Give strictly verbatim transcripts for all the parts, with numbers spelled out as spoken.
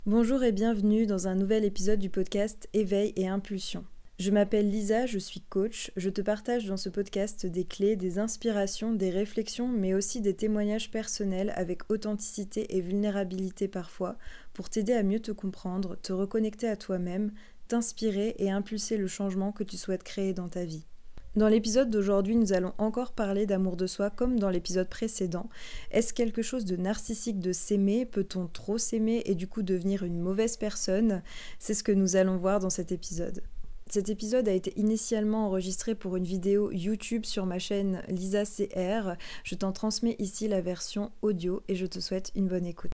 Bonjour et bienvenue dans un nouvel épisode du podcast Éveil et Impulsion. Je m'appelle Lisa, je suis coach. Je te partage dans ce podcast des clés, des inspirations, des réflexions, mais aussi des témoignages personnels avec authenticité et vulnérabilité parfois, pour t'aider à mieux te comprendre, te reconnecter à toi-même, t'inspirer et impulser le changement que tu souhaites créer dans ta vie. Dans l'épisode d'aujourd'hui, nous allons encore parler d'amour de soi comme dans l'épisode précédent. Est-ce quelque chose de narcissique de s'aimer? Peut-on trop s'aimer et du coup devenir une mauvaise personne? C'est ce que nous allons voir dans cet épisode. Cet épisode a été initialement enregistré pour une vidéo YouTube sur ma chaîne Lisa C R. Je t'en transmets ici la version audio et je te souhaite une bonne écoute.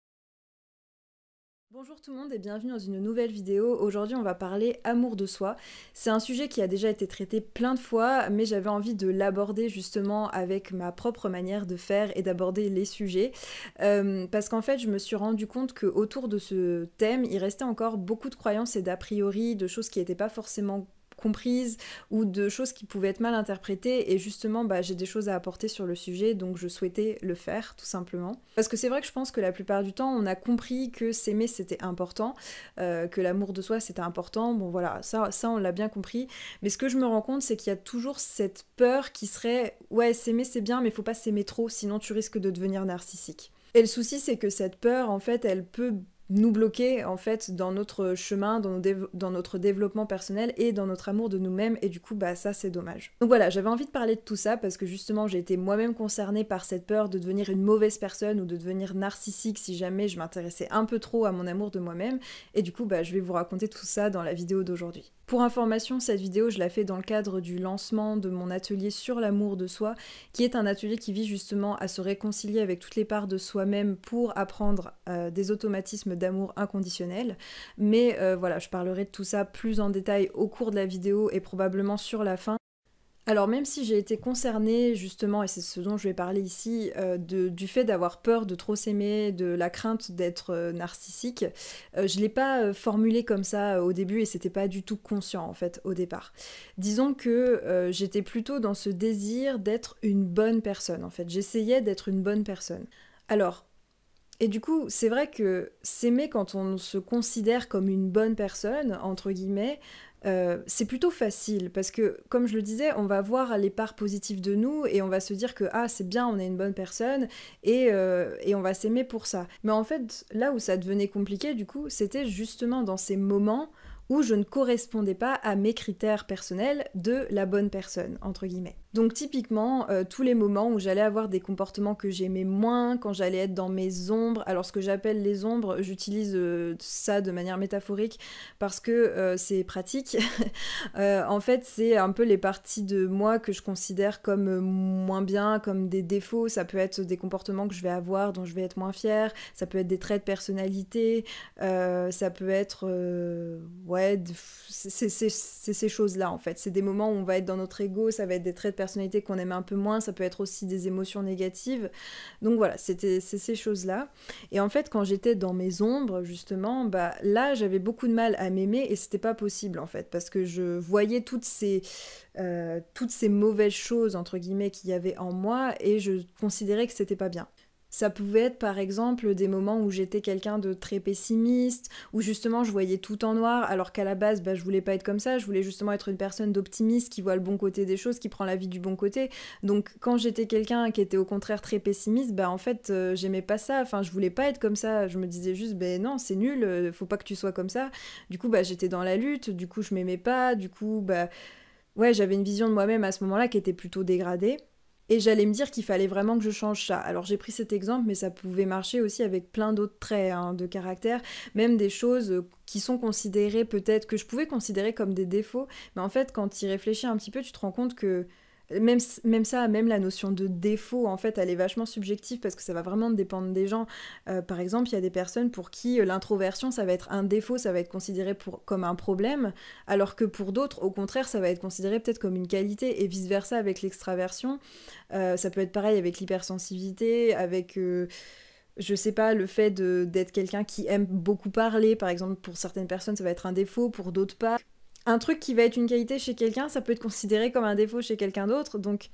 Bonjour tout le monde et bienvenue dans une nouvelle vidéo. Aujourd'hui on va parler amour de soi. C'est un sujet qui a déjà été traité plein de fois, mais j'avais envie de l'aborder justement avec ma propre manière de faire et d'aborder les sujets. Euh, parce qu'en fait je me suis rendu compte qu'autour de ce thème, il restait encore beaucoup de croyances et d'a priori, de choses qui n'étaient pas forcément comprises ou de choses qui pouvaient être mal interprétées, et justement bah, j'ai des choses à apporter sur le sujet, donc je souhaitais le faire tout simplement. Parce que c'est vrai que je pense que la plupart du temps on a compris que s'aimer c'était important, euh, que l'amour de soi c'était important, bon voilà, ça, ça on l'a bien compris, mais ce que je me rends compte c'est qu'il y a toujours cette peur qui serait ouais s'aimer c'est bien mais faut pas s'aimer trop sinon tu risques de devenir narcissique. Et le souci c'est que cette peur en fait elle peut nous bloquer en fait dans notre chemin, dans, nos dév- dans notre développement personnel et dans notre amour de nous-mêmes, et du coup bah ça c'est dommage. Donc voilà, j'avais envie de parler de tout ça parce que justement j'ai été moi-même concernée par cette peur de devenir une mauvaise personne ou de devenir narcissique si jamais je m'intéressais un peu trop à mon amour de moi-même, et du coup bah je vais vous raconter tout ça dans la vidéo d'aujourd'hui. Pour information, cette vidéo je la fais dans le cadre du lancement de mon atelier sur l'amour de soi, qui est un atelier qui vise justement à se réconcilier avec toutes les parts de soi-même pour apprendre euh, des automatismes d'amour inconditionnel. Mais euh, voilà, je parlerai de tout ça plus en détail au cours de la vidéo et probablement sur la fin. Alors même si j'ai été concernée justement, et c'est ce dont je vais parler ici, euh, de, du fait d'avoir peur de trop s'aimer, de la crainte d'être euh, narcissique, euh, je ne l'ai pas euh, formulé comme ça euh, au début et c'était pas du tout conscient en fait au départ. Disons que euh, j'étais plutôt dans ce désir d'être une bonne personne en fait, j'essayais d'être une bonne personne. Alors, et du coup, c'est vrai que s'aimer quand on se considère comme une bonne personne, entre guillemets, euh, c'est plutôt facile parce que, comme je le disais, on va voir les parts positives de nous et on va se dire que ah c'est bien, on est une bonne personne et, euh, et on va s'aimer pour ça. Mais en fait, là où ça devenait compliqué, du coup, c'était justement dans ces moments où je ne correspondais pas à mes critères personnels de la bonne personne, entre guillemets. Donc typiquement, euh, tous les moments où j'allais avoir des comportements que j'aimais moins, quand j'allais être dans mes ombres, alors ce que j'appelle les ombres, j'utilise euh, ça de manière métaphorique parce que euh, c'est pratique. euh, en fait, c'est un peu les parties de moi que je considère comme euh, moins bien, comme des défauts. Ça peut être des comportements que je vais avoir dont je vais être moins fière, ça peut être des traits de personnalité, euh, ça peut être... Euh, ouais, c'est ces choses-là en fait. C'est des moments où on va être dans notre ego, ça va être des traits de personnalité qu'on aime un peu moins, ça peut être aussi des émotions négatives. Donc voilà, c'était c'est ces choses-là. Et en fait, quand j'étais dans mes ombres, justement, bah là, j'avais beaucoup de mal à m'aimer et c'était pas possible en fait, parce que je voyais toutes ces euh, toutes ces mauvaises choses entre guillemets qu'il y avait en moi et je considérais que c'était pas bien. Ça pouvait être par exemple des moments où j'étais quelqu'un de très pessimiste, où justement je voyais tout en noir, alors qu'à la base bah, je voulais pas être comme ça, je voulais justement être une personne d'optimiste qui voit le bon côté des choses, qui prend la vie du bon côté. Donc quand j'étais quelqu'un qui était au contraire très pessimiste, bah en fait euh, j'aimais pas ça, enfin je voulais pas être comme ça, je me disais juste ben non c'est nul, euh, faut pas que tu sois comme ça. Du coup bah j'étais dans la lutte, du coup je m'aimais pas, du coup bah ouais j'avais une vision de moi-même à ce moment-là qui était plutôt dégradée. Et j'allais me dire qu'il fallait vraiment que je change ça. Alors j'ai pris cet exemple, mais ça pouvait marcher aussi avec plein d'autres traits hein, de caractère, même des choses qui sont considérées peut-être, que je pouvais considérer comme des défauts, mais en fait quand tu y réfléchis un petit peu, tu te rends compte que même, même ça, même la notion de défaut, en fait, elle est vachement subjective parce que ça va vraiment dépendre des gens. Euh, par exemple, il y a des personnes pour qui euh, l'introversion, ça va être un défaut, ça va être considéré pour, comme un problème, alors que pour d'autres, au contraire, ça va être considéré peut-être comme une qualité, et vice-versa avec l'extraversion. Euh, ça peut être pareil avec l'hypersensibilité, avec... Euh, je sais pas, le fait de, d'être quelqu'un qui aime beaucoup parler, par exemple, pour certaines personnes, ça va être un défaut, pour d'autres pas. Un truc qui va être une qualité chez quelqu'un, ça peut être considéré comme un défaut chez quelqu'un d'autre, donc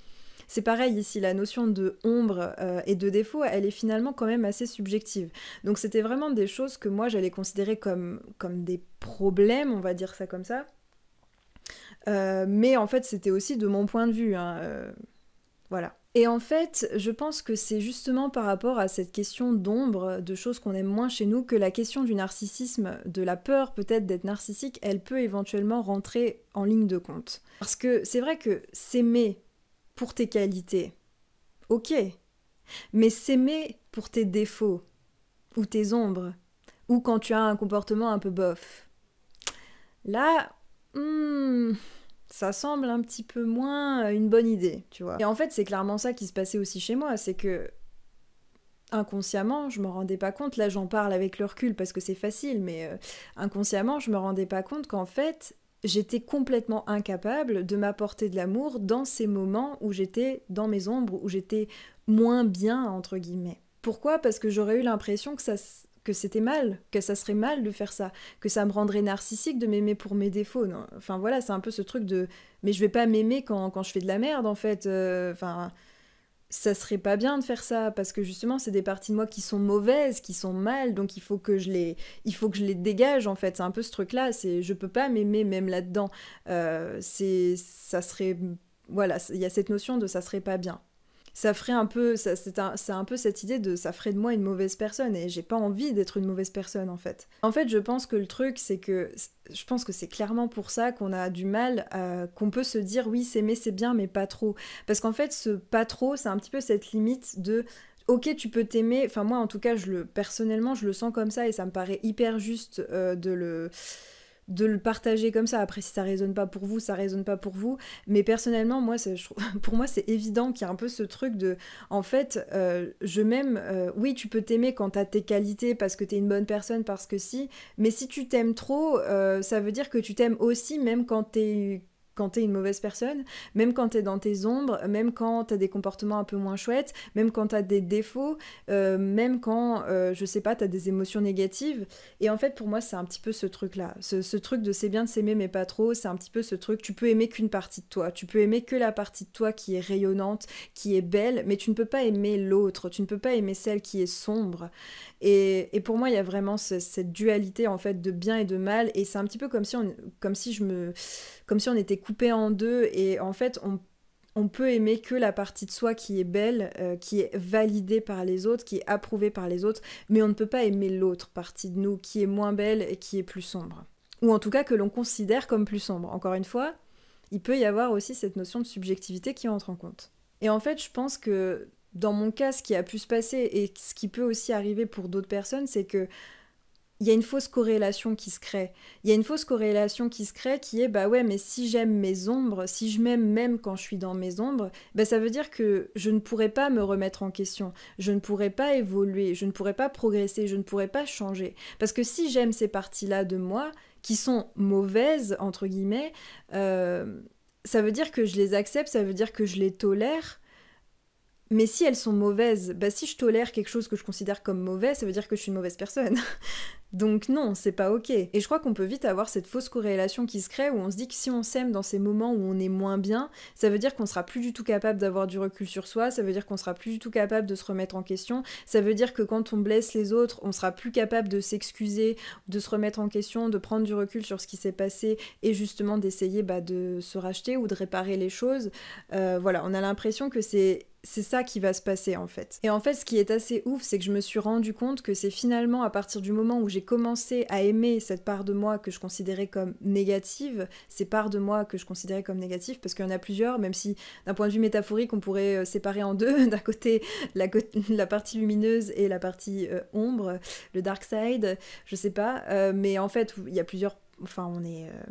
c'est pareil ici, la notion de ombre euh, et de défaut, elle est finalement quand même assez subjective. Donc c'était vraiment des choses que moi j'allais considérer comme, comme des problèmes, on va dire ça comme ça. Euh, mais en fait c'était aussi de mon point de vue, hein, euh, voilà. Et en fait, je pense que c'est justement par rapport à cette question d'ombre, de choses qu'on aime moins chez nous, que la question du narcissisme, de la peur peut-être d'être narcissique, elle peut éventuellement rentrer en ligne de compte. Parce que c'est vrai que s'aimer pour tes qualités, ok, mais s'aimer pour tes défauts, ou tes ombres, ou quand tu as un comportement un peu bof, là, hmm, ça semble un petit peu moins une bonne idée, tu vois. Et en fait, c'est clairement ça qui se passait aussi chez moi, c'est que inconsciemment, je me rendais pas compte, là j'en parle avec le recul parce que c'est facile, mais euh, inconsciemment, je me rendais pas compte qu'en fait, j'étais complètement incapable de m'apporter de l'amour dans ces moments où j'étais dans mes ombres, où j'étais moins bien, entre guillemets. Pourquoi ? Parce que j'aurais eu l'impression que ça... que c'était mal, que ça serait mal de faire ça, que ça me rendrait narcissique de m'aimer pour mes défauts. Non. Enfin voilà, c'est un peu ce truc de « mais je vais pas m'aimer quand, quand je fais de la merde en fait euh, ». Enfin, ça serait pas bien de faire ça, parce que justement c'est des parties de moi qui sont mauvaises, qui sont mal, donc il faut que je les, il faut que je les dégage en fait. C'est un peu ce truc-là, c'est je peux pas m'aimer même là-dedans. Euh, c'est, ça serait... Voilà, il y a cette notion de « ça serait pas bien ». Ça ferait un peu, ça, c'est, un, c'est un peu cette idée de ça ferait de moi une mauvaise personne, et j'ai pas envie d'être une mauvaise personne en fait. En fait, je pense que le truc, c'est que, je pense que c'est clairement pour ça qu'on a du mal, à, qu'on peut se dire oui, s'aimer c'est bien, mais pas trop. Parce qu'en fait, ce pas trop, c'est un petit peu cette limite de ok, tu peux t'aimer, enfin moi en tout cas, je le, personnellement, je le sens comme ça, et ça me paraît hyper juste euh, de le... de le partager comme ça. Après, si ça résonne pas pour vous, ça résonne pas pour vous. Mais personnellement, moi, je trouve, pour moi, c'est évident qu'il y a un peu ce truc de... En fait, euh, je m'aime... Euh, oui, tu peux t'aimer quand t'as tes qualités, parce que t'es une bonne personne, parce que si. Mais si tu t'aimes trop, euh, ça veut dire que tu t'aimes aussi, même quand t'es... quand t'es une mauvaise personne, même quand t'es dans tes ombres, même quand t'as des comportements un peu moins chouettes, même quand t'as des défauts, euh, même quand, euh, je sais pas, t'as des émotions négatives. Et en fait, pour moi, c'est un petit peu ce truc-là. Ce, ce truc de c'est bien de s'aimer, mais pas trop, c'est un petit peu ce truc, tu peux aimer qu'une partie de toi. Tu peux aimer que la partie de toi qui est rayonnante, qui est belle, mais tu ne peux pas aimer l'autre. Tu ne peux pas aimer celle qui est sombre. Et, et pour moi, il y a vraiment ce, cette dualité, en fait, de bien et de mal. Et c'est un petit peu comme si on, comme si je me... comme si on était coupé en deux, et en fait on, on peut aimer que la partie de soi qui est belle, euh, qui est validée par les autres, qui est approuvée par les autres, mais on ne peut pas aimer l'autre partie de nous qui est moins belle et qui est plus sombre. Ou en tout cas que l'on considère comme plus sombre. Encore une fois, il peut y avoir aussi cette notion de subjectivité qui entre en compte. Et en fait, je pense que dans mon cas, ce qui a pu se passer, et ce qui peut aussi arriver pour d'autres personnes, c'est que il y a une fausse corrélation qui se crée. Il y a une fausse corrélation qui se crée qui est, bah ouais, mais si j'aime mes ombres, si je m'aime même quand je suis dans mes ombres, bah ça veut dire que je ne pourrais pas me remettre en question, je ne pourrais pas évoluer, je ne pourrais pas progresser, je ne pourrais pas changer. Parce que si j'aime ces parties-là de moi, qui sont mauvaises, entre guillemets, euh, ça veut dire que je les accepte, ça veut dire que je les tolère. Mais si elles sont mauvaises, bah si je tolère quelque chose que je considère comme mauvais, ça veut dire que je suis une mauvaise personne. Donc non, c'est pas ok. Et je crois qu'on peut vite avoir cette fausse corrélation qui se crée, où on se dit que si on s'aime dans ces moments où on est moins bien, ça veut dire qu'on sera plus du tout capable d'avoir du recul sur soi, ça veut dire qu'on sera plus du tout capable de se remettre en question, ça veut dire que quand on blesse les autres, on sera plus capable de s'excuser, de se remettre en question, de prendre du recul sur ce qui s'est passé, et justement d'essayer bah, de se racheter ou de réparer les choses. Euh, voilà, on a l'impression que c'est... c'est ça qui va se passer en fait. Et en fait, ce qui est assez ouf, c'est que je me suis rendu compte que c'est finalement à partir du moment où j'ai commencé à aimer cette part de moi que je considérais comme négative, ces parts de moi que je considérais comme négatives, parce qu'il y en a plusieurs, même si d'un point de vue métaphorique, on pourrait séparer en deux, d'un côté la, la partie lumineuse et la partie euh, ombre, le dark side, je sais pas, euh, mais en fait, il y a plusieurs... Enfin, on est... Euh...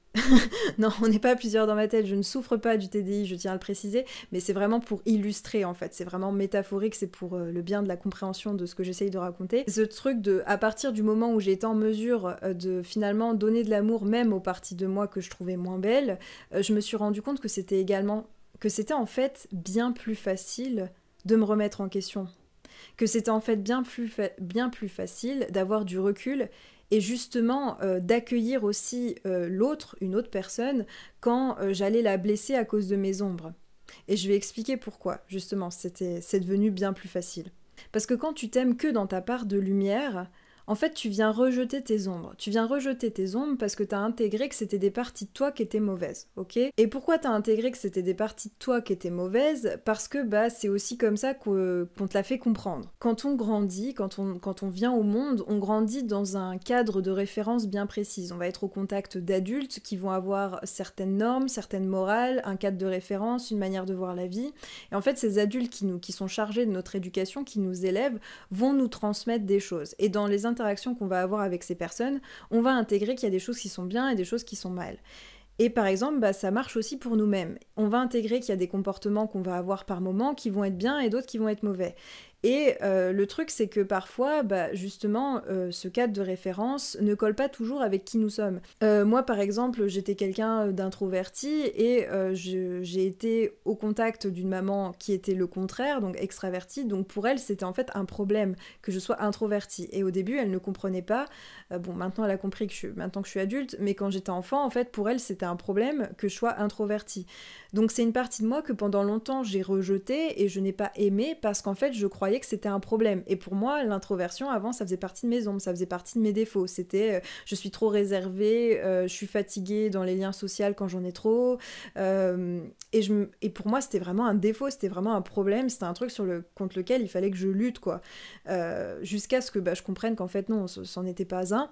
non, on n'est pas plusieurs dans ma tête, je ne souffre pas du T D I, je tiens à le préciser, mais c'est vraiment pour illustrer en fait, c'est vraiment métaphorique, c'est pour euh, le bien de la compréhension de ce que j'essaye de raconter. Ce truc de, à partir du moment où j'ai été en mesure euh, de finalement donner de l'amour même aux parties de moi que je trouvais moins belles, euh, je me suis rendu compte que c'était également, que c'était en fait bien plus facile de me remettre en question, que c'était en fait bien plus, fa- bien plus facile d'avoir du recul et justement euh, d'accueillir aussi euh, l'autre, une autre personne, quand euh, j'allais la blesser à cause de mes ombres. Et je vais expliquer pourquoi, justement, c'était, c'est devenu bien plus facile. Parce que quand tu t'aimes que dans ta part de lumière, en fait, tu viens rejeter tes ombres. Tu viens rejeter tes ombres parce que t'as intégré que c'était des parties de toi qui étaient mauvaises, ok? Et pourquoi t'as intégré que c'était des parties de toi qui étaient mauvaises? Parce que bah c'est aussi comme ça qu'on, qu'on te l'a fait comprendre. Quand on grandit, quand on, quand on vient au monde, on grandit dans un cadre de référence bien précis. On va être au contact d'adultes qui vont avoir certaines normes, certaines morales, un cadre de référence, une manière de voir la vie. Et en fait, ces adultes qui, nous, qui sont chargés de notre éducation, qui nous élèvent, vont nous transmettre des choses. Et dans les interactions qu'on va avoir avec ces personnes, on va intégrer qu'il y a des choses qui sont bien et des choses qui sont mal. Et par exemple, bah, ça marche aussi pour nous-mêmes. On va intégrer qu'il y a des comportements qu'on va avoir par moment qui vont être bien et d'autres qui vont être mauvais. Et euh, le truc, c'est que parfois, bah, justement, euh, ce cadre de référence ne colle pas toujours avec qui nous sommes. Euh, moi, par exemple, j'étais quelqu'un d'introverti et euh, je, j'ai été au contact d'une maman qui était le contraire, donc extravertie. Donc pour elle, c'était en fait un problème que je sois introvertie. Et au début, elle ne comprenait pas. Euh, bon, maintenant, elle a compris que je, maintenant que je suis adulte, mais quand j'étais enfant, en fait, pour elle, c'était un problème que je sois introvertie. Donc c'est une partie de moi que pendant longtemps, j'ai rejetée et je n'ai pas aimé parce qu'en fait, je croyais que c'était un problème. Et pour moi, l'introversion, avant, ça faisait partie de mes ombres, ça faisait partie de mes défauts. C'était euh, je suis trop réservée, euh, je suis fatiguée dans les liens sociaux quand j'en ai trop. Euh, et, je, et pour moi, c'était vraiment un défaut, c'était vraiment un problème, c'était un truc sur le, contre lequel il fallait que je lutte, quoi. Euh, jusqu'à ce que bah, je comprenne qu'en fait, non, c'en était pas un.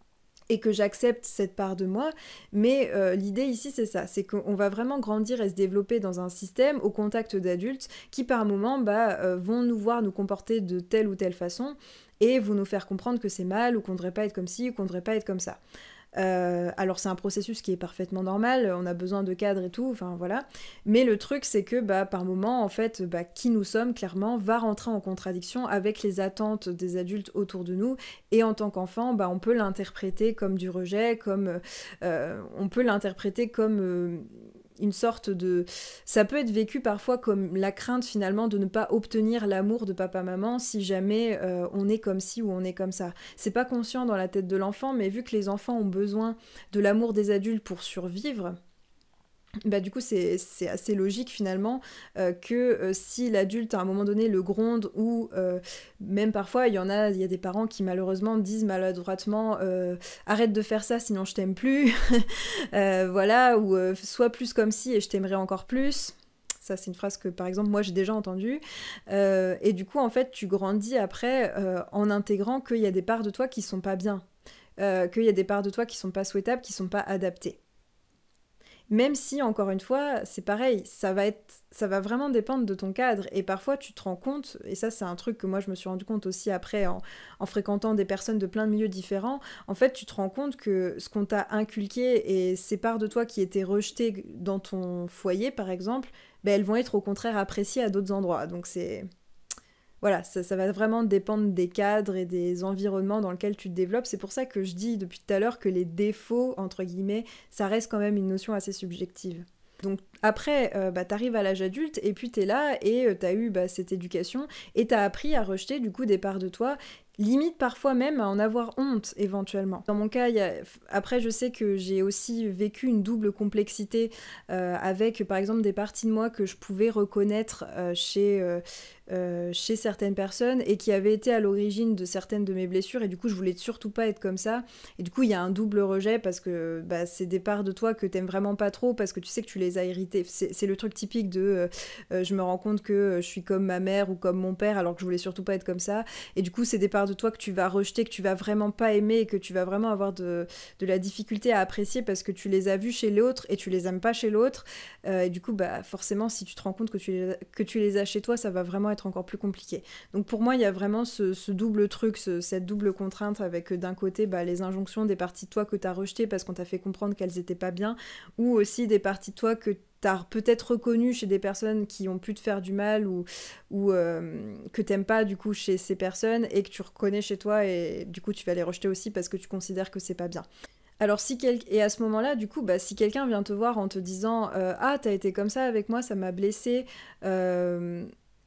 Et que j'accepte cette part de moi, mais euh, l'idée ici c'est ça, c'est qu'on va vraiment grandir et se développer dans un système au contact d'adultes qui par moments bah, euh, vont nous voir nous comporter de telle ou telle façon et vont nous faire comprendre que c'est mal ou qu'on ne devrait pas être comme ci ou qu'on ne devrait pas être comme ça. Euh, alors c'est un processus qui est parfaitement normal, on a besoin de cadres et tout, enfin voilà. Mais le truc c'est que bah, par moment, en fait, bah, qui nous sommes, clairement, va rentrer en contradiction avec les attentes des adultes autour de nous. Et en tant qu'enfant, bah, on peut l'interpréter comme du rejet, comme euh, on peut l'interpréter comme euh, une sorte de... Ça peut être vécu parfois comme la crainte finalement de ne pas obtenir l'amour de papa-maman si jamais euh, on est comme ci ou on est comme ça. C'est pas conscient dans la tête de l'enfant, mais vu que les enfants ont besoin de l'amour des adultes pour survivre, bah du coup c'est, c'est assez logique finalement euh, que euh, si l'adulte à un moment donné le gronde ou euh, même parfois il y en a, il y a des parents qui malheureusement disent maladroitement euh, arrête de faire ça sinon je t'aime plus euh, voilà, ou euh, sois plus comme ci et je t'aimerai encore plus. Ça, c'est une phrase que, par exemple, moi, j'ai déjà entendue. Euh, et du coup, en fait, tu grandis après euh, en intégrant qu'il y a des parts de toi qui sont pas bien, euh, qu'il y a des parts de toi qui sont pas souhaitables, qui sont pas adaptées. Même si, encore une fois, c'est pareil, ça va être, ça va vraiment dépendre de ton cadre. Et parfois, tu te rends compte, et ça, c'est un truc que moi, je me suis rendu compte aussi après en, en fréquentant des personnes de plein de milieux différents. En fait, tu te rends compte que ce qu'on t'a inculqué et ces parts de toi qui étaient rejetées dans ton foyer, par exemple, ben, elles vont être au contraire appréciées à d'autres endroits. Donc, c'est... Voilà, ça, ça va vraiment dépendre des cadres et des environnements dans lesquels tu te développes. C'est pour ça que je dis depuis tout à l'heure que les défauts, entre guillemets, ça reste quand même une notion assez subjective. Donc après, euh, bah, t'arrives à l'âge adulte et puis t'es là et euh, t'as eu bah, cette éducation et t'as appris à rejeter du coup des parts de toi, limite parfois même à en avoir honte éventuellement. Dans mon cas, y a... après je sais que j'ai aussi vécu une double complexité euh, avec par exemple des parties de moi que je pouvais reconnaître euh, chez, euh, euh, chez certaines personnes et qui avaient été à l'origine de certaines de mes blessures et du coup je voulais surtout pas être comme ça. Et du coup il y a un double rejet parce que bah, c'est des parts de toi que t'aimes vraiment pas trop parce que tu sais que tu les as héritées. C'est, c'est le truc typique de euh, euh, je me rends compte que je suis comme ma mère ou comme mon père alors que je voulais surtout pas être comme ça. Et du coup c'est des parts de toi que tu vas rejeter, que tu vas vraiment pas aimer et que tu vas vraiment avoir de, de la difficulté à apprécier parce que tu les as vues chez l'autre et tu les aimes pas chez l'autre. Euh, et du coup, bah, forcément, si tu te rends compte que tu, les, que tu les as chez toi, ça va vraiment être encore plus compliqué. Donc pour moi, il y a vraiment ce, ce double truc, ce, cette double contrainte avec euh, d'un côté bah, les injonctions des parties de toi que tu as rejetées parce qu'on t'a fait comprendre qu'elles étaient pas bien, ou aussi des parties de toi que t'as peut-être reconnu chez des personnes qui ont pu te faire du mal ou, ou euh, que t'aimes pas du coup chez ces personnes et que tu reconnais chez toi et du coup tu vas les rejeter aussi parce que tu considères que c'est pas bien. Alors si quel... et à ce moment-là, du coup, bah, si quelqu'un vient te voir en te disant euh, ah t'as été comme ça avec moi, ça m'a blessé, euh,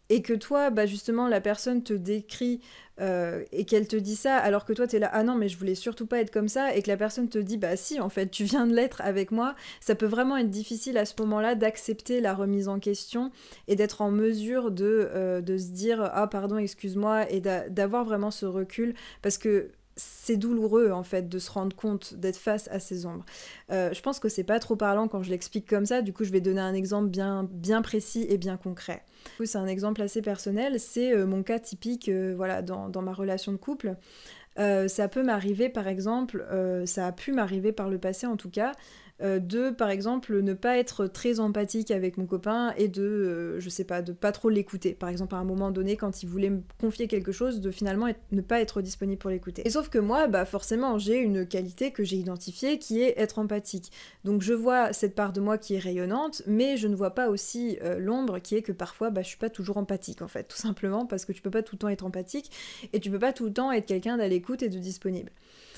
et que toi, bah justement, la personne te décrit euh, et qu'elle te dit ça, alors que toi, t'es là, ah non, mais je voulais surtout pas être comme ça, et que la personne te dit, bah si, en fait, tu viens de l'être avec moi, ça peut vraiment être difficile à ce moment-là d'accepter la remise en question et d'être en mesure de, euh, de se dire, ah pardon, excuse-moi, et d'a- d'avoir vraiment ce recul, parce que c'est douloureux en fait de se rendre compte d'être face à ces ombres. Euh, je pense que c'est pas trop parlant quand je l'explique comme ça, du coup je vais donner un exemple bien, bien précis et bien concret. Du coup, c'est un exemple assez personnel, c'est euh, mon cas typique euh, voilà, dans, dans ma relation de couple. Euh, ça peut m'arriver par exemple, euh, ça a pu m'arriver par le passé en tout cas, euh, de par exemple ne pas être très empathique avec mon copain et de, euh, je sais pas, de pas trop l'écouter. Par exemple à un moment donné quand il voulait me confier quelque chose, de finalement être- ne pas être disponible pour l'écouter. Et sauf que moi, bah forcément j'ai une qualité que j'ai identifiée qui est être empathique. Donc je vois cette part de moi qui est rayonnante, mais je ne vois pas aussi euh, l'ombre qui est que parfois bah, je suis pas toujours empathique en fait, tout simplement parce que tu peux pas tout le temps être empathique et tu peux pas tout le temps être quelqu'un d'à l'écoute et de disponible.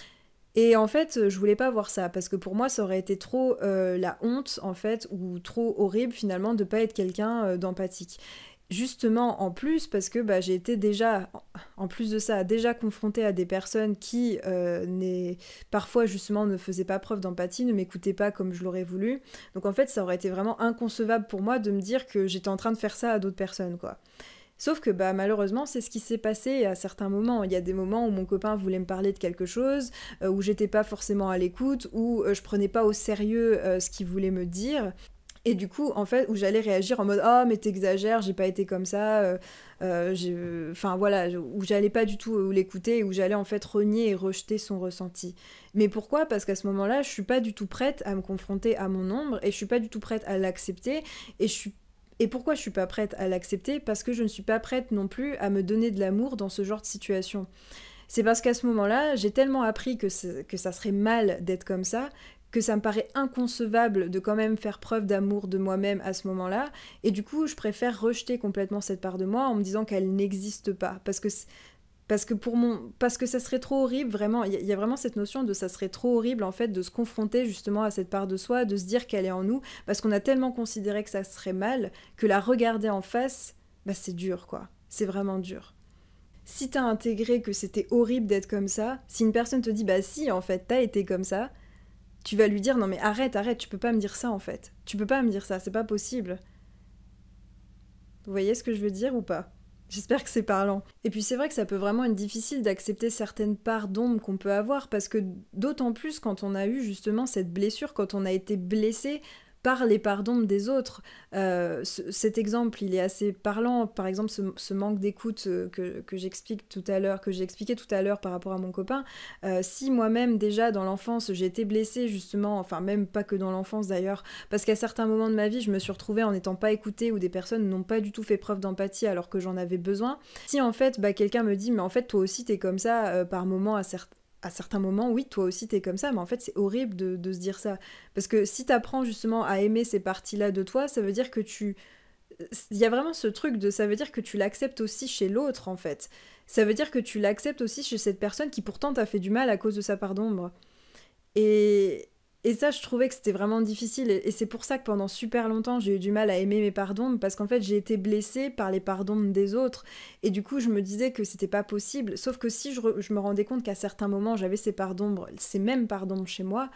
Et en fait, je voulais pas voir ça, parce que pour moi, ça aurait été trop euh, la honte, en fait, ou trop horrible, finalement, de pas être quelqu'un euh, d'empathique. Justement, en plus, parce que bah, j'ai été déjà, en plus de ça, déjà confrontée à des personnes qui, euh, n'est- parfois, justement, ne faisaient pas preuve d'empathie, ne m'écoutaient pas comme je l'aurais voulu. Donc en fait, ça aurait été vraiment inconcevable pour moi de me dire que j'étais en train de faire ça à d'autres personnes, quoi. Sauf que bah, malheureusement, c'est ce qui s'est passé à certains moments. Il y a des moments où mon copain voulait me parler de quelque chose, euh, où j'étais pas forcément à l'écoute, où euh, je prenais pas au sérieux euh, ce qu'il voulait me dire. Et du coup, en fait, où j'allais réagir en mode «Oh, mais t'exagères, j'ai pas été comme ça», euh, euh, j'ai- enfin voilà, où j'allais pas du tout euh, l'écouter, et où j'allais en fait renier et rejeter son ressenti. Mais pourquoi? Parce qu'à ce moment-là, je suis pas du tout prête à me confronter à mon ombre, et je suis pas du tout prête à l'accepter, et je suis et pourquoi je suis pas prête à l'accepter? Parce que je ne suis pas prête non plus à me donner de l'amour dans ce genre de situation. C'est parce qu'à ce moment-là, j'ai tellement appris que, que ça serait mal d'être comme ça, que ça me paraît inconcevable de quand même faire preuve d'amour de moi-même à ce moment-là, et du coup, je préfère rejeter complètement cette part de moi en me disant qu'elle n'existe pas, parce que parce que pour mon parce que ça serait trop horrible vraiment, il y, y a vraiment cette notion de ça serait trop horrible en fait de se confronter justement à cette part de soi, de se dire qu'elle est en nous, parce qu'on a tellement considéré que ça serait mal que la regarder en face, bah c'est dur quoi, c'est vraiment dur. Si t'as intégré que c'était horrible d'être comme ça, si une personne te dit bah si en fait t'as été comme ça, tu vas lui dire non mais arrête, arrête, tu peux pas me dire ça en fait. Tu peux pas me dire ça, c'est pas possible. Vous voyez ce que je veux dire ou pas? J'espère que c'est parlant. Et puis c'est vrai que ça peut vraiment être difficile d'accepter certaines parts d'ombre qu'on peut avoir, parce que d'autant plus quand on a eu justement cette blessure, quand on a été blessé par les parts d'ombre des autres. Euh, ce- cet exemple, il est assez parlant. Par exemple, ce, ce manque d'écoute euh, que, que j'explique tout à l'heure, que j'ai expliqué tout à l'heure par rapport à mon copain. Euh, si moi-même déjà dans l'enfance j'ai été blessée justement, enfin même pas que dans l'enfance d'ailleurs, parce qu'à certains moments de ma vie, je me suis retrouvée en n'étant pas écoutée, ou des personnes n'ont pas du tout fait preuve d'empathie alors que j'en avais besoin. Si en fait, bah, quelqu'un me dit, mais en fait, toi aussi, t'es comme ça euh, par moment à certains à certains moments, oui, toi aussi t'es comme ça, mais en fait c'est horrible de, de se dire ça. Parce que si t'apprends justement à aimer ces parties-là de toi, ça veut dire que tu... Il y a vraiment ce truc de... Ça veut dire que tu l'acceptes aussi chez l'autre, en fait. Ça veut dire que tu l'acceptes aussi chez cette personne qui pourtant t'a fait du mal à cause de sa part d'ombre. Et, et ça, je trouvais que c'était vraiment difficile. Et, et c'est pour ça que pendant super longtemps, j'ai eu du mal à aimer mes pardons, parce qu'en fait, j'ai été blessée par les pardons des autres. Et du coup, je me disais que c'était pas possible. Sauf que si je, re- je me rendais compte qu'à certains moments, j'avais ces pardons, ces mêmes pardons chez moi,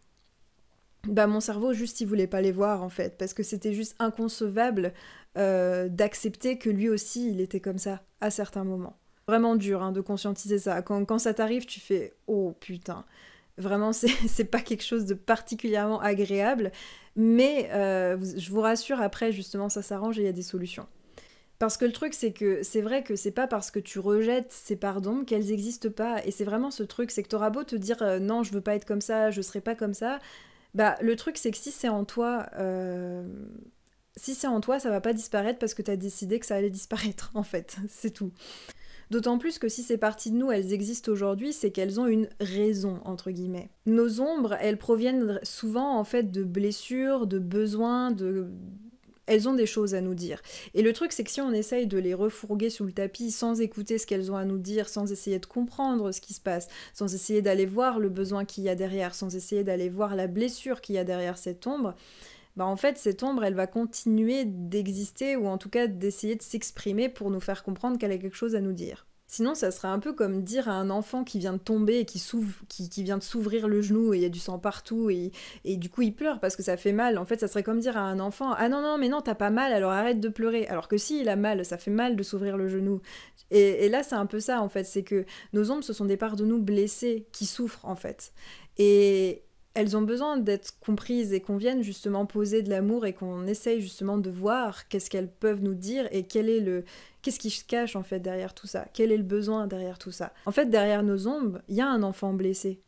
bah mon cerveau, juste, il voulait pas les voir, en fait. Parce que c'était juste inconcevable euh, d'accepter que lui aussi, il était comme ça, à certains moments. Vraiment dur hein, de conscientiser ça. Quand, quand ça t'arrive, tu fais «Oh putain». Vraiment, c'est c'est pas quelque chose de particulièrement agréable, mais euh, vous- je vous rassure, après, justement, ça s'arrange et il y a des solutions. Parce que le truc, c'est que c'est vrai que c'est pas parce que tu rejettes ces pardons qu'elles existent pas, et c'est vraiment ce truc, c'est que t'auras beau te dire euh, non, je veux pas être comme ça, je serai pas comme ça, bah le truc, c'est que si c'est en toi, euh, si c'est en toi, ça va pas disparaître parce que t'as décidé que ça allait disparaître, en fait, c'est tout. D'autant plus que si ces parties de nous, elles existent aujourd'hui, c'est qu'elles ont une raison, entre guillemets. Nos ombres, elles proviennent souvent, en fait, de blessures, de besoins, de... Elles ont des choses à nous dire. Et le truc, c'est que si on essaye de les refourguer sous le tapis sans écouter ce qu'elles ont à nous dire, sans essayer de comprendre ce qui se passe, sans essayer d'aller voir le besoin qu'il y a derrière, sans essayer d'aller voir la blessure qu'il y a derrière cette ombre, bah en fait cette ombre elle va continuer d'exister ou en tout cas d'essayer de s'exprimer pour nous faire comprendre qu'elle a quelque chose à nous dire. Sinon, ça serait un peu comme dire à un enfant qui vient de tomber et qui, qui, qui vient de s'ouvrir le genou et il y a du sang partout et, et du coup il pleure parce que ça fait mal. En fait, ça serait comme dire à un enfant « Ah non, non, mais non, t'as pas mal, alors arrête de pleurer. » Alors que si, il a mal, ça fait mal de s'ouvrir le genou. Et, et là, c'est un peu ça, en fait. C'est que nos ombres, ce sont des parts de nous blessées qui souffrent, en fait. Et elles ont besoin d'être comprises et qu'on vienne justement poser de l'amour et qu'on essaye justement de voir qu'est-ce qu'elles peuvent nous dire et quel est le... Qu'est-ce qui se cache en fait derrière tout ça? Quel est le besoin derrière tout ça? En fait, derrière nos ombres, il y a un enfant blessé.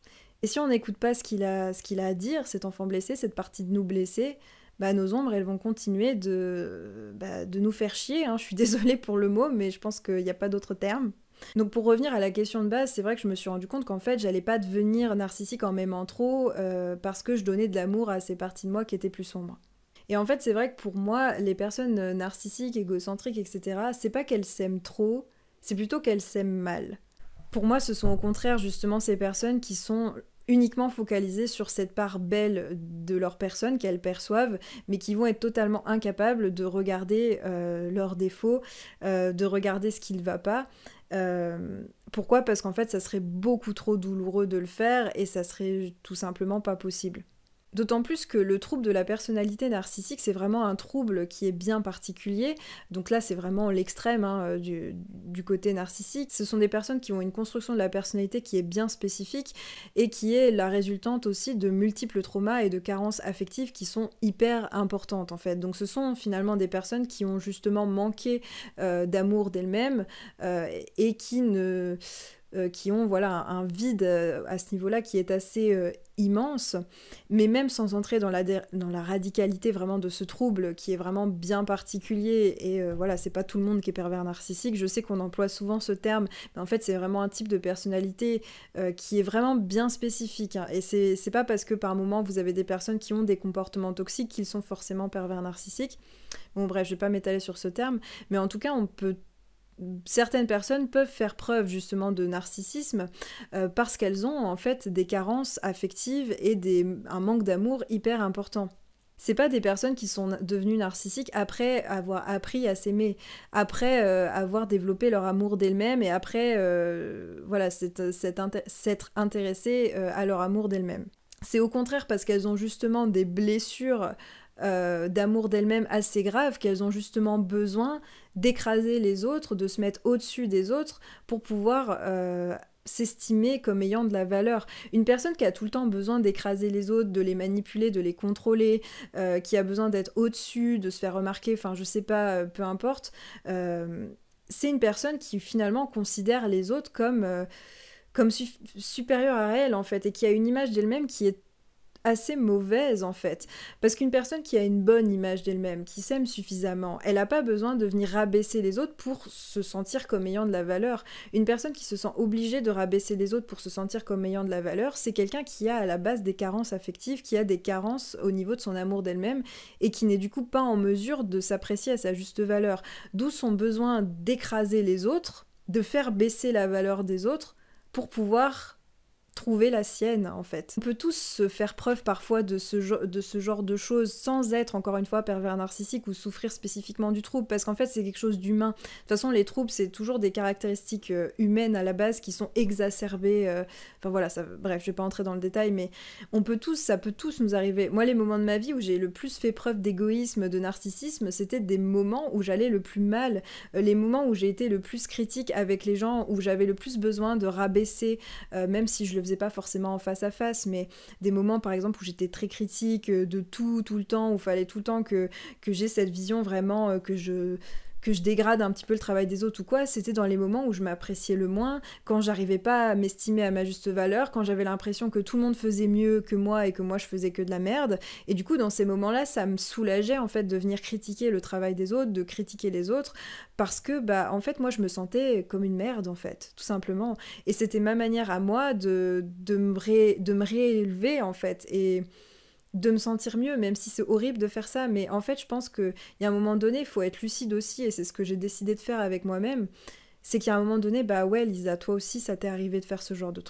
Et si on n'écoute pas ce qu'il a, ce qu'il a à dire, cet enfant blessé, cette partie de nous blessée, bah, nos ombres, elles vont continuer de, bah, de nous faire chier. Hein. Je suis désolée pour le mot, mais je pense qu'il n'y a pas d'autre terme. Donc pour revenir à la question de base, c'est vrai que je me suis rendu compte qu'en fait, j'allais pas devenir narcissique en m'aimant trop euh, parce que je donnais de l'amour à ces parties de moi qui étaient plus sombres. Et en fait, c'est vrai que pour moi, les personnes narcissiques, égocentriques, et cetera, c'est pas qu'elles s'aiment trop, c'est plutôt qu'elles s'aiment mal. Pour moi, ce sont au contraire justement ces personnes qui sont uniquement focalisées sur cette part belle de leur personne qu'elles perçoivent, mais qui vont être totalement incapables de regarder euh, leurs défauts, euh, de regarder ce qui ne va pas. Euh, pourquoi ? Parce qu'en fait, ça serait beaucoup trop douloureux de le faire et ça serait tout simplement pas possible. D'autant plus que le trouble de la personnalité narcissique, c'est vraiment un trouble qui est bien particulier. Donc là, c'est vraiment l'extrême hein, du, du côté narcissique. Ce sont des personnes qui ont une construction de la personnalité qui est bien spécifique et qui est la résultante aussi de multiples traumas et de carences affectives qui sont hyper importantes en fait. Donc ce sont finalement des personnes qui ont justement manqué euh, d'amour d'elles-mêmes euh, et qui ne... Euh, qui ont voilà, un vide euh, à ce niveau-là qui est assez euh, immense, mais même sans entrer dans la, dé- dans la radicalité vraiment de ce trouble qui est vraiment bien particulier, et euh, voilà, c'est pas tout le monde qui est pervers narcissique, je sais qu'on emploie souvent ce terme, mais en fait c'est vraiment un type de personnalité euh, qui est vraiment bien spécifique, hein, et c'est, c'est pas parce que par moment vous avez des personnes qui ont des comportements toxiques qu'ils sont forcément pervers narcissiques. Bon bref, je vais pas m'étaler sur ce terme, mais en tout cas on peut certaines personnes peuvent faire preuve justement de narcissisme euh, parce qu'elles ont en fait des carences affectives et des, un manque d'amour hyper important. C'est pas des personnes qui sont devenues narcissiques après avoir appris à s'aimer, après euh, avoir développé leur amour d'elles-mêmes et après euh, voilà, s'être, s'être intéressées euh, à leur amour d'elles-mêmes. C'est au contraire parce qu'elles ont justement des blessures Euh, d'amour d'elles-mêmes assez graves qu'elles ont justement besoin d'écraser les autres, de se mettre au-dessus des autres pour pouvoir euh, s'estimer comme ayant de la valeur. Une personne qui a tout le temps besoin d'écraser les autres, de les manipuler, de les contrôler, euh, qui a besoin d'être au-dessus, de se faire remarquer, enfin je sais pas, peu importe, euh, c'est une personne qui finalement considère les autres comme, euh, comme su- supérieure à elle en fait et qui a une image d'elle-même qui est assez mauvaise en fait, parce qu'une personne qui a une bonne image d'elle-même, qui s'aime suffisamment, elle n'a pas besoin de venir rabaisser les autres pour se sentir comme ayant de la valeur. Une personne qui se sent obligée de rabaisser les autres pour se sentir comme ayant de la valeur, c'est quelqu'un qui a à la base des carences affectives, qui a des carences au niveau de son amour d'elle-même et qui n'est du coup pas en mesure de s'apprécier à sa juste valeur, d'où son besoin d'écraser les autres, de faire baisser la valeur des autres pour pouvoir trouver la sienne en fait. On peut tous se faire preuve parfois de ce, jo- de ce genre de choses sans être encore une fois pervers narcissique ou souffrir spécifiquement du trouble parce qu'en fait c'est quelque chose d'humain. De toute façon les troubles c'est toujours des caractéristiques euh, humaines à la base qui sont exacerbées. Euh... Enfin voilà, ça... bref je vais pas entrer dans le détail mais on peut tous, ça peut tous nous arriver. Moi les moments de ma vie où j'ai le plus fait preuve d'égoïsme, de narcissisme, c'était des moments où j'allais le plus mal, euh, les moments où j'ai été le plus critique avec les gens, où j'avais le plus besoin de rabaisser, euh, même si je le faisais pas forcément en face à face, mais des moments par exemple où j'étais très critique de tout, tout le temps, où il fallait tout le temps que, que j'ai cette vision vraiment euh, que je... que je dégrade un petit peu le travail des autres ou quoi, c'était dans les moments où je m'appréciais le moins, quand j'arrivais pas à m'estimer à ma juste valeur, quand j'avais l'impression que tout le monde faisait mieux que moi et que moi je faisais que de la merde, et du coup dans ces moments-là ça me soulageait en fait de venir critiquer le travail des autres, de critiquer les autres, parce que bah en fait moi je me sentais comme une merde en fait, tout simplement, et c'était ma manière à moi de, de, me, ré, de me réélever en fait, et de me sentir mieux, même si c'est horrible de faire ça, mais en fait je pense qu'il y a un moment donné, il faut être lucide aussi, et c'est ce que j'ai décidé de faire avec moi-même, c'est qu'il y a un moment donné, bah ouais Lisa, toi aussi ça t'est arrivé de faire ce genre de truc.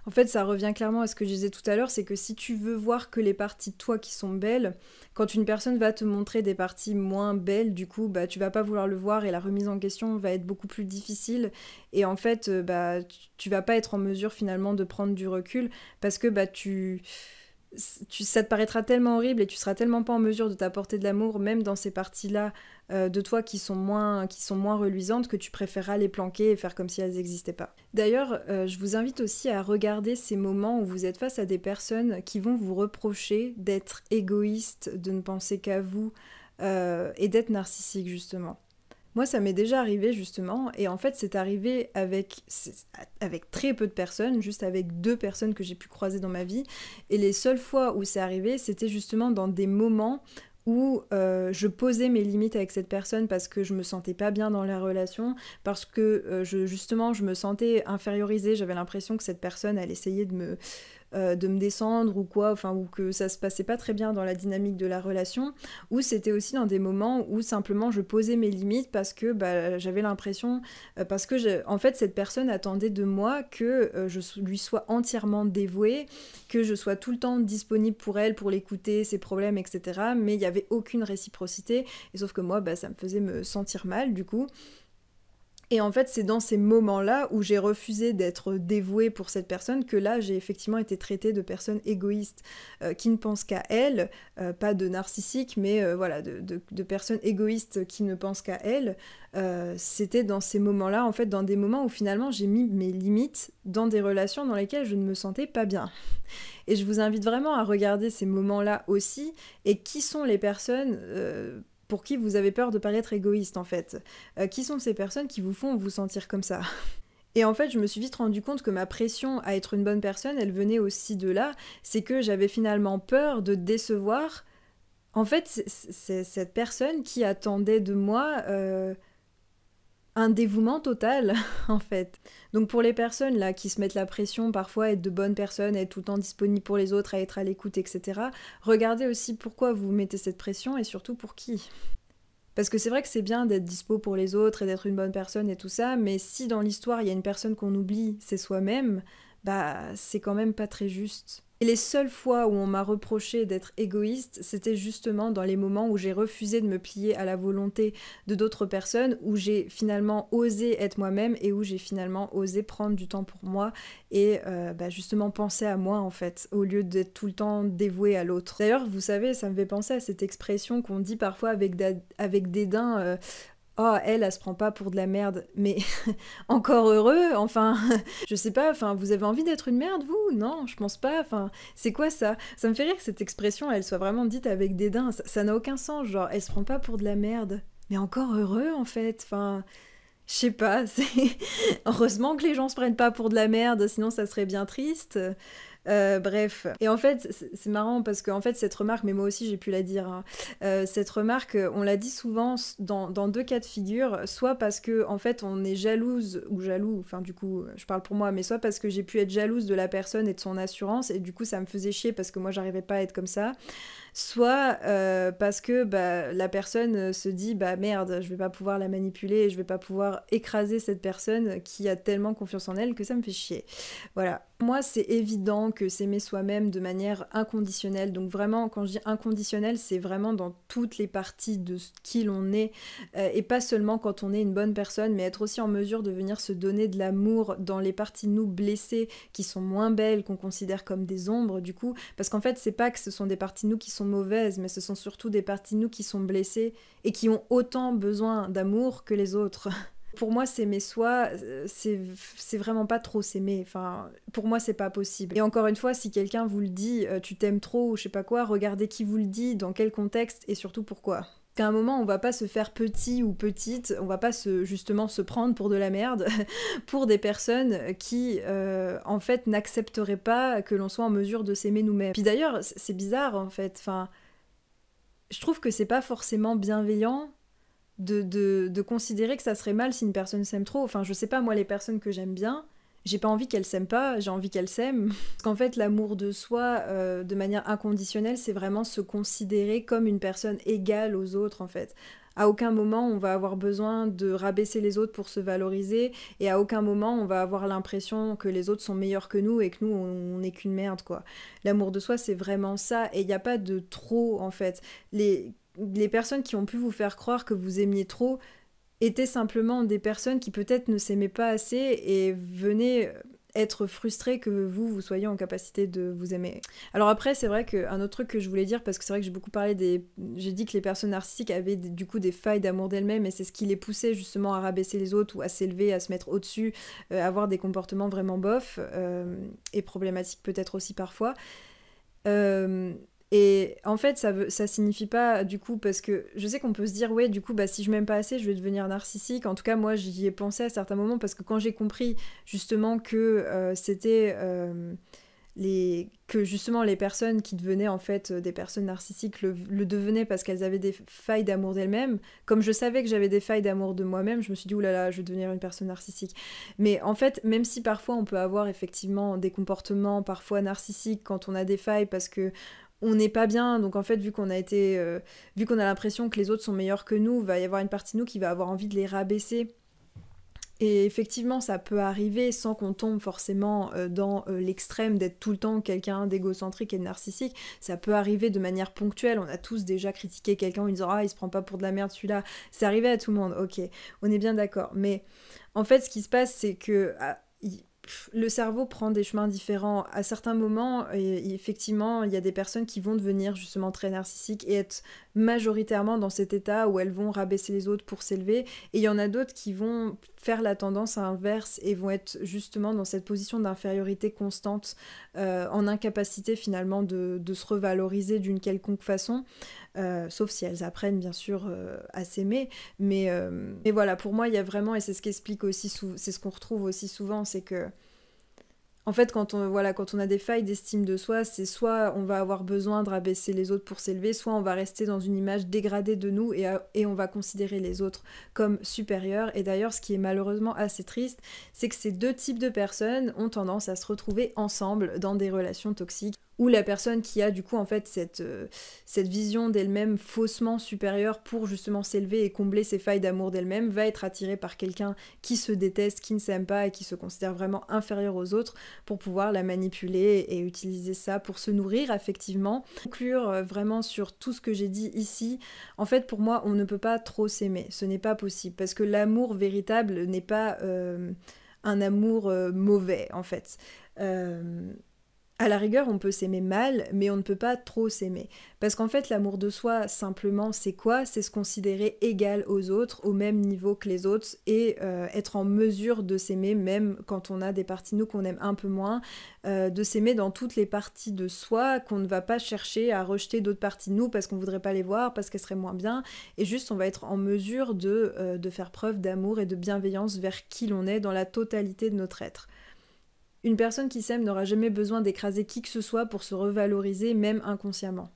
En fait, ça revient clairement à ce que je disais tout à l'heure, c'est que si tu veux voir que les parties de toi qui sont belles, quand une personne va te montrer des parties moins belles, du coup, bah, tu vas pas vouloir le voir et la remise en question va être beaucoup plus difficile. Et en fait, euh, bah, tu, tu vas pas être en mesure finalement de prendre du recul parce que bah, tu... Tu, ça te paraîtra tellement horrible et tu seras tellement pas en mesure de t'apporter de l'amour, même dans ces parties-là euh, de toi qui sont, moins, qui sont moins reluisantes, que tu préféreras les planquer et faire comme si elles n'existaient pas. D'ailleurs, euh, je vous invite aussi à regarder ces moments où vous êtes face à des personnes qui vont vous reprocher d'être égoïste, de ne penser qu'à vous euh, et d'être narcissique justement. Moi, ça m'est déjà arrivé justement, et en fait, c'est arrivé avec, avec très peu de personnes, juste avec deux personnes que j'ai pu croiser dans ma vie. Et les seules fois où c'est arrivé, c'était justement dans des moments où euh, je posais mes limites avec cette personne parce que je me sentais pas bien dans la relation, parce que euh, je, justement je me sentais infériorisée, j'avais l'impression que cette personne, elle essayait de me... Euh, de me descendre ou quoi, enfin, ou que ça se passait pas très bien dans la dynamique de la relation, ou c'était aussi dans des moments où simplement je posais mes limites parce que bah, j'avais l'impression, euh, parce que je, en fait cette personne attendait de moi que euh, je lui sois entièrement dévouée, que je sois tout le temps disponible pour elle, pour l'écouter, ses problèmes, et cetera. Mais il n'y avait aucune réciprocité, et sauf que moi, bah, ça me faisait me sentir mal du coup. Et en fait, c'est dans ces moments-là où j'ai refusé d'être dévouée pour cette personne que là, j'ai effectivement été traitée de personne égoïste, euh, qui ne pense qu'à elle, euh, pas de narcissique, mais euh, voilà, de, de, de personnes égoïstes qui ne pensent qu'à elle. Euh, c'était dans ces moments-là, en fait, dans des moments où finalement j'ai mis mes limites dans des relations dans lesquelles je ne me sentais pas bien. Et je vous invite vraiment à regarder ces moments-là aussi, et qui sont les personnes... Euh, pour qui vous avez peur de paraître égoïste en fait. Euh, qui sont ces personnes qui vous font vous sentir comme ça ? Et en fait, je me suis vite rendu compte que ma pression à être une bonne personne, elle venait aussi de là, c'est que j'avais finalement peur de décevoir, en fait, c'est, c'est cette personne qui attendait de moi... Euh, un dévouement total, en fait. Donc pour les personnes là qui se mettent la pression parfois à être de bonnes personnes, à être tout le temps disponibles pour les autres, à être à l'écoute, et cetera, regardez aussi pourquoi vous mettez cette pression et surtout pour qui. Parce que c'est vrai que c'est bien d'être dispo pour les autres et d'être une bonne personne et tout ça, mais si dans l'histoire il y a une personne qu'on oublie, c'est soi-même, bah c'est quand même pas très juste. Et les seules fois où on m'a reproché d'être égoïste, c'était justement dans les moments où j'ai refusé de me plier à la volonté de d'autres personnes, où j'ai finalement osé être moi-même et où j'ai finalement osé prendre du temps pour moi et euh, bah justement penser à moi en fait, au lieu d'être tout le temps dévouée à l'autre. D'ailleurs, vous savez, ça me fait penser à cette expression qu'on dit parfois avec, da- avec dédain... Euh, oh, elle, elle se prend pas pour de la merde. Mais encore heureux, enfin, je sais pas, enfin, vous avez envie d'être une merde, vous? Non, je pense pas, enfin, c'est quoi ça? Ça me fait rire que cette expression, elle soit vraiment dite avec dédain. Ça, ça n'a aucun sens, genre, elle se prend pas pour de la merde. Mais encore heureux, en fait, enfin... Je sais pas, c'est... Heureusement que les gens se prennent pas pour de la merde, sinon ça serait bien triste. Euh, bref. Et en fait, c'est, c'est marrant parce que en fait, cette remarque, mais moi aussi j'ai pu la dire, hein, euh, cette remarque, on la dit souvent dans, dans deux cas de figure, soit parce que en fait on est jalouse ou jaloux, enfin du coup je parle pour moi, mais soit parce que j'ai pu être jalouse de la personne et de son assurance et du coup ça me faisait chier parce que moi j'arrivais pas à être comme ça, soit euh, parce que bah, la personne se dit bah merde, je vais pas pouvoir la manipuler et je vais pas pouvoir écraser cette personne qui a tellement confiance en elle que ça me fait chier. Voilà. Moi, c'est évident que s'aimer soi-même de manière inconditionnelle, donc vraiment, quand je dis inconditionnel, c'est vraiment dans toutes les parties de qui l'on est, euh, et pas seulement quand on est une bonne personne, mais être aussi en mesure de venir se donner de l'amour dans les parties de nous blessées, qui sont moins belles, qu'on considère comme des ombres, du coup, parce qu'en fait, c'est pas que ce sont des parties de nous qui sont mauvaises, mais ce sont surtout des parties de nous qui sont blessées, et qui ont autant besoin d'amour que les autres. Pour moi, s'aimer soi, c'est, c'est vraiment pas trop s'aimer. Enfin, pour moi, c'est pas possible. Et encore une fois, si quelqu'un vous le dit, euh, tu t'aimes trop ou je sais pas quoi, regardez qui vous le dit, dans quel contexte et surtout pourquoi. Qu'à un moment, on va pas se faire petit ou petite, on va pas se, justement se prendre pour de la merde pour des personnes qui, euh, en fait, n'accepteraient pas que l'on soit en mesure de s'aimer nous-mêmes. Puis d'ailleurs, c'est bizarre, en fait. Enfin, je trouve que c'est pas forcément bienveillant De, de, de considérer que ça serait mal si une personne s'aime trop. Enfin, je sais pas, moi, les personnes que j'aime bien, j'ai pas envie qu'elles s'aiment pas, j'ai envie qu'elles s'aiment. Parce qu'en fait, l'amour de soi, euh, de manière inconditionnelle, c'est vraiment se considérer comme une personne égale aux autres, en fait. À aucun moment on va avoir besoin de rabaisser les autres pour se valoriser, et à aucun moment on va avoir l'impression que les autres sont meilleurs que nous et que nous on n'est qu'une merde, quoi. L'amour de soi, c'est vraiment ça, et il n'y a pas de trop, en fait. Les, les personnes qui ont pu vous faire croire que vous aimiez trop étaient simplement des personnes qui peut-être ne s'aimaient pas assez et venaient être frustrées que vous, vous soyez en capacité de vous aimer. Alors après, c'est vrai qu'un autre truc que je voulais dire, parce que c'est vrai que j'ai beaucoup parlé des... J'ai dit que les personnes narcissiques avaient du coup des failles d'amour d'elles-mêmes, et c'est ce qui les poussait justement à rabaisser les autres ou à s'élever, à se mettre au-dessus, euh, avoir des comportements vraiment bof, euh, et problématiques peut-être aussi parfois. Euh, et en fait, ça, veut, ça signifie pas, du coup, parce que je sais qu'on peut se dire, ouais, du coup, bah, si je m'aime pas assez, je vais devenir narcissique. En tout cas, moi, j'y ai pensé à certains moments, parce que quand j'ai compris, justement, que euh, c'était... Euh, les... que justement, les personnes qui devenaient, en fait, des personnes narcissiques le, le devenaient parce qu'elles avaient des failles d'amour d'elles-mêmes. Comme je savais que j'avais des failles d'amour de moi-même, je me suis dit, oulala, je vais devenir une personne narcissique. Mais en fait, même si parfois on peut avoir effectivement des comportements parfois narcissiques quand on a des failles, parce que on n'est pas bien, donc en fait, vu qu'on a été, euh, vu qu'on a l'impression que les autres sont meilleurs que nous, il va y avoir une partie de nous qui va avoir envie de les rabaisser. Et effectivement, ça peut arriver sans qu'on tombe forcément euh, dans euh, l'extrême d'être tout le temps quelqu'un d'égocentrique et de narcissique. Ça peut arriver de manière ponctuelle. On a tous déjà critiqué quelqu'un en lui disant « Ah, il se prend pas pour de la merde celui-là ». C'est arrivé à tout le monde, ok, on est bien d'accord. Mais en fait, ce qui se passe, c'est que... Ah, il... le cerveau prend des chemins différents. À certains moments, et effectivement, il y a des personnes qui vont devenir justement très narcissiques et être majoritairement dans cet état où elles vont rabaisser les autres pour s'élever. Et il y en a d'autres qui vont faire la tendance inverse et vont être justement dans cette position d'infériorité constante, euh, en incapacité finalement de, de se revaloriser d'une quelconque façon. Euh, sauf si elles apprennent bien sûr euh, à s'aimer, mais, euh, mais voilà, pour moi il y a vraiment, et c'est ce qu'explique aussi, sou- c'est ce qu'on retrouve aussi souvent, c'est que en fait, quand on, voilà, quand on a des failles d'estime de soi, c'est soit on va avoir besoin de rabaisser les autres pour s'élever, soit on va rester dans une image dégradée de nous et, et on va considérer les autres comme supérieurs. Et d'ailleurs, ce qui est malheureusement assez triste, c'est que ces deux types de personnes ont tendance à se retrouver ensemble dans des relations toxiques, où la personne qui a du coup en fait cette, euh, cette vision d'elle-même faussement supérieure pour justement s'élever et combler ses failles d'amour d'elle-même va être attirée par quelqu'un qui se déteste, qui ne s'aime pas et qui se considère vraiment inférieur aux autres, pour pouvoir la manipuler et utiliser ça pour se nourrir affectivement. Conclure euh, vraiment sur tout ce que j'ai dit ici, en fait pour moi on ne peut pas trop s'aimer, ce n'est pas possible, parce que l'amour véritable n'est pas euh, un amour euh, mauvais en fait. Euh, À la rigueur, on peut s'aimer mal, mais on ne peut pas trop s'aimer. Parce qu'en fait, l'amour de soi, simplement, c'est quoi? C'est se considérer égal aux autres, au même niveau que les autres, et euh, être en mesure de s'aimer, même quand on a des parties de nous qu'on aime un peu moins, euh, de s'aimer dans toutes les parties de soi, qu'on ne va pas chercher à rejeter d'autres parties de nous parce qu'on voudrait pas les voir, parce qu'elles seraient moins bien, et juste on va être en mesure de, euh, de faire preuve d'amour et de bienveillance vers qui l'on est dans la totalité de notre être. Une personne qui s'aime n'aura jamais besoin d'écraser qui que ce soit pour se revaloriser, même inconsciemment.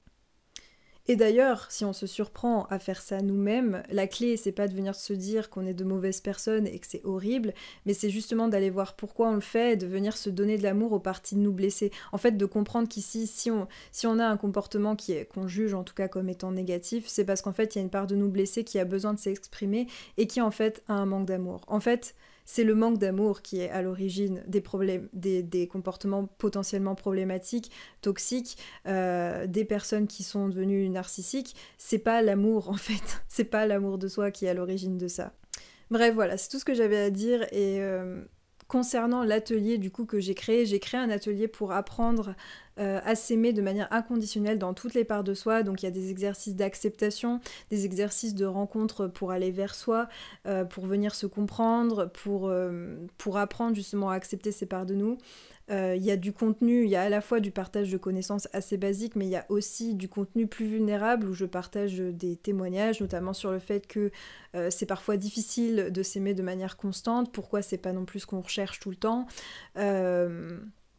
Et d'ailleurs, si on se surprend à faire ça nous-mêmes, la clé, c'est pas de venir se dire qu'on est de mauvaises personnes et que c'est horrible, mais c'est justement d'aller voir pourquoi on le fait et de venir se donner de l'amour aux parties de nous blessées. En fait, de comprendre qu'ici, si on, si on a un comportement qui est, qu'on juge en tout cas comme étant négatif, c'est parce qu'en fait, il y a une part de nous blessée qui a besoin de s'exprimer et qui en fait a un manque d'amour. En fait, c'est le manque d'amour qui est à l'origine des problèmes, des, des comportements potentiellement problématiques, toxiques, euh, des personnes qui sont devenues narcissiques. C'est pas l'amour en fait, c'est pas l'amour de soi qui est à l'origine de ça. Bref, voilà, c'est tout ce que j'avais à dire. Et euh, concernant l'atelier du coup que j'ai créé, j'ai créé un atelier pour apprendre euh, à s'aimer de manière inconditionnelle dans toutes les parts de soi. Donc il y a des exercices d'acceptation, des exercices de rencontre pour aller vers soi, euh, pour venir se comprendre, pour, euh, pour apprendre justement à accepter ces parts de nous. Euh, il y a du contenu, il y a à la fois du partage de connaissances assez basiques, mais il y a aussi du contenu plus vulnérable où je partage des témoignages, notamment sur le fait que euh, c'est parfois difficile de s'aimer de manière constante, pourquoi c'est pas non plus ce qu'on recherche tout le temps. Euh...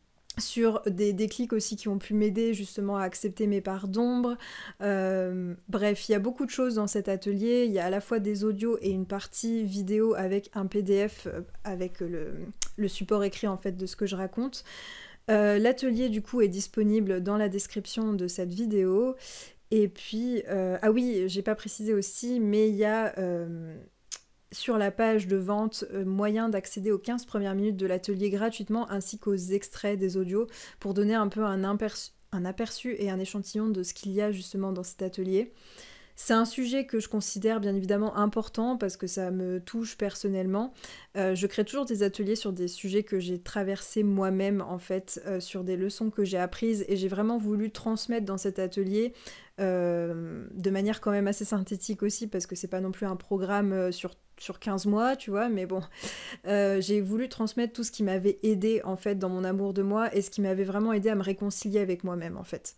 sur des déclics aussi qui ont pu m'aider justement à accepter mes parts d'ombre. Euh, bref, il y a beaucoup de choses dans cet atelier. Il y a à la fois des audios et une partie vidéo avec un P D F, euh, avec le, le support écrit en fait de ce que je raconte. Euh, l'atelier du coup est disponible dans la description de cette vidéo. Et puis, euh, ah oui, j'ai pas précisé aussi, mais il y a euh, sur la page de vente euh, moyen d'accéder aux quinze premières minutes de l'atelier gratuitement, ainsi qu'aux extraits des audios, pour donner un peu un, imperçu, un aperçu et un échantillon de ce qu'il y a justement dans cet atelier. C'est un sujet que je considère bien évidemment important parce que ça me touche personnellement. Euh, je crée toujours des ateliers sur des sujets que j'ai traversés moi-même en fait, euh, sur des leçons que j'ai apprises et j'ai vraiment voulu transmettre dans cet atelier euh, de manière quand même assez synthétique aussi parce que c'est pas non plus un programme euh, sur, sur quinze mois, tu vois, mais bon, euh, j'ai voulu transmettre tout ce qui m'avait aidé en fait dans mon amour de moi et ce qui m'avait vraiment aidé à me réconcilier avec moi-même en fait.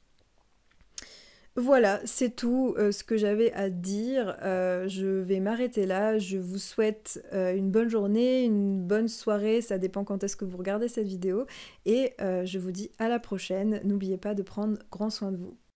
Voilà, c'est tout euh, ce que j'avais à dire. Euh, je vais m'arrêter là. Je vous souhaite euh, une bonne journée, une bonne soirée. Ça dépend quand est-ce que vous regardez cette vidéo. Et euh, je vous dis à la prochaine. N'oubliez pas de prendre grand soin de vous.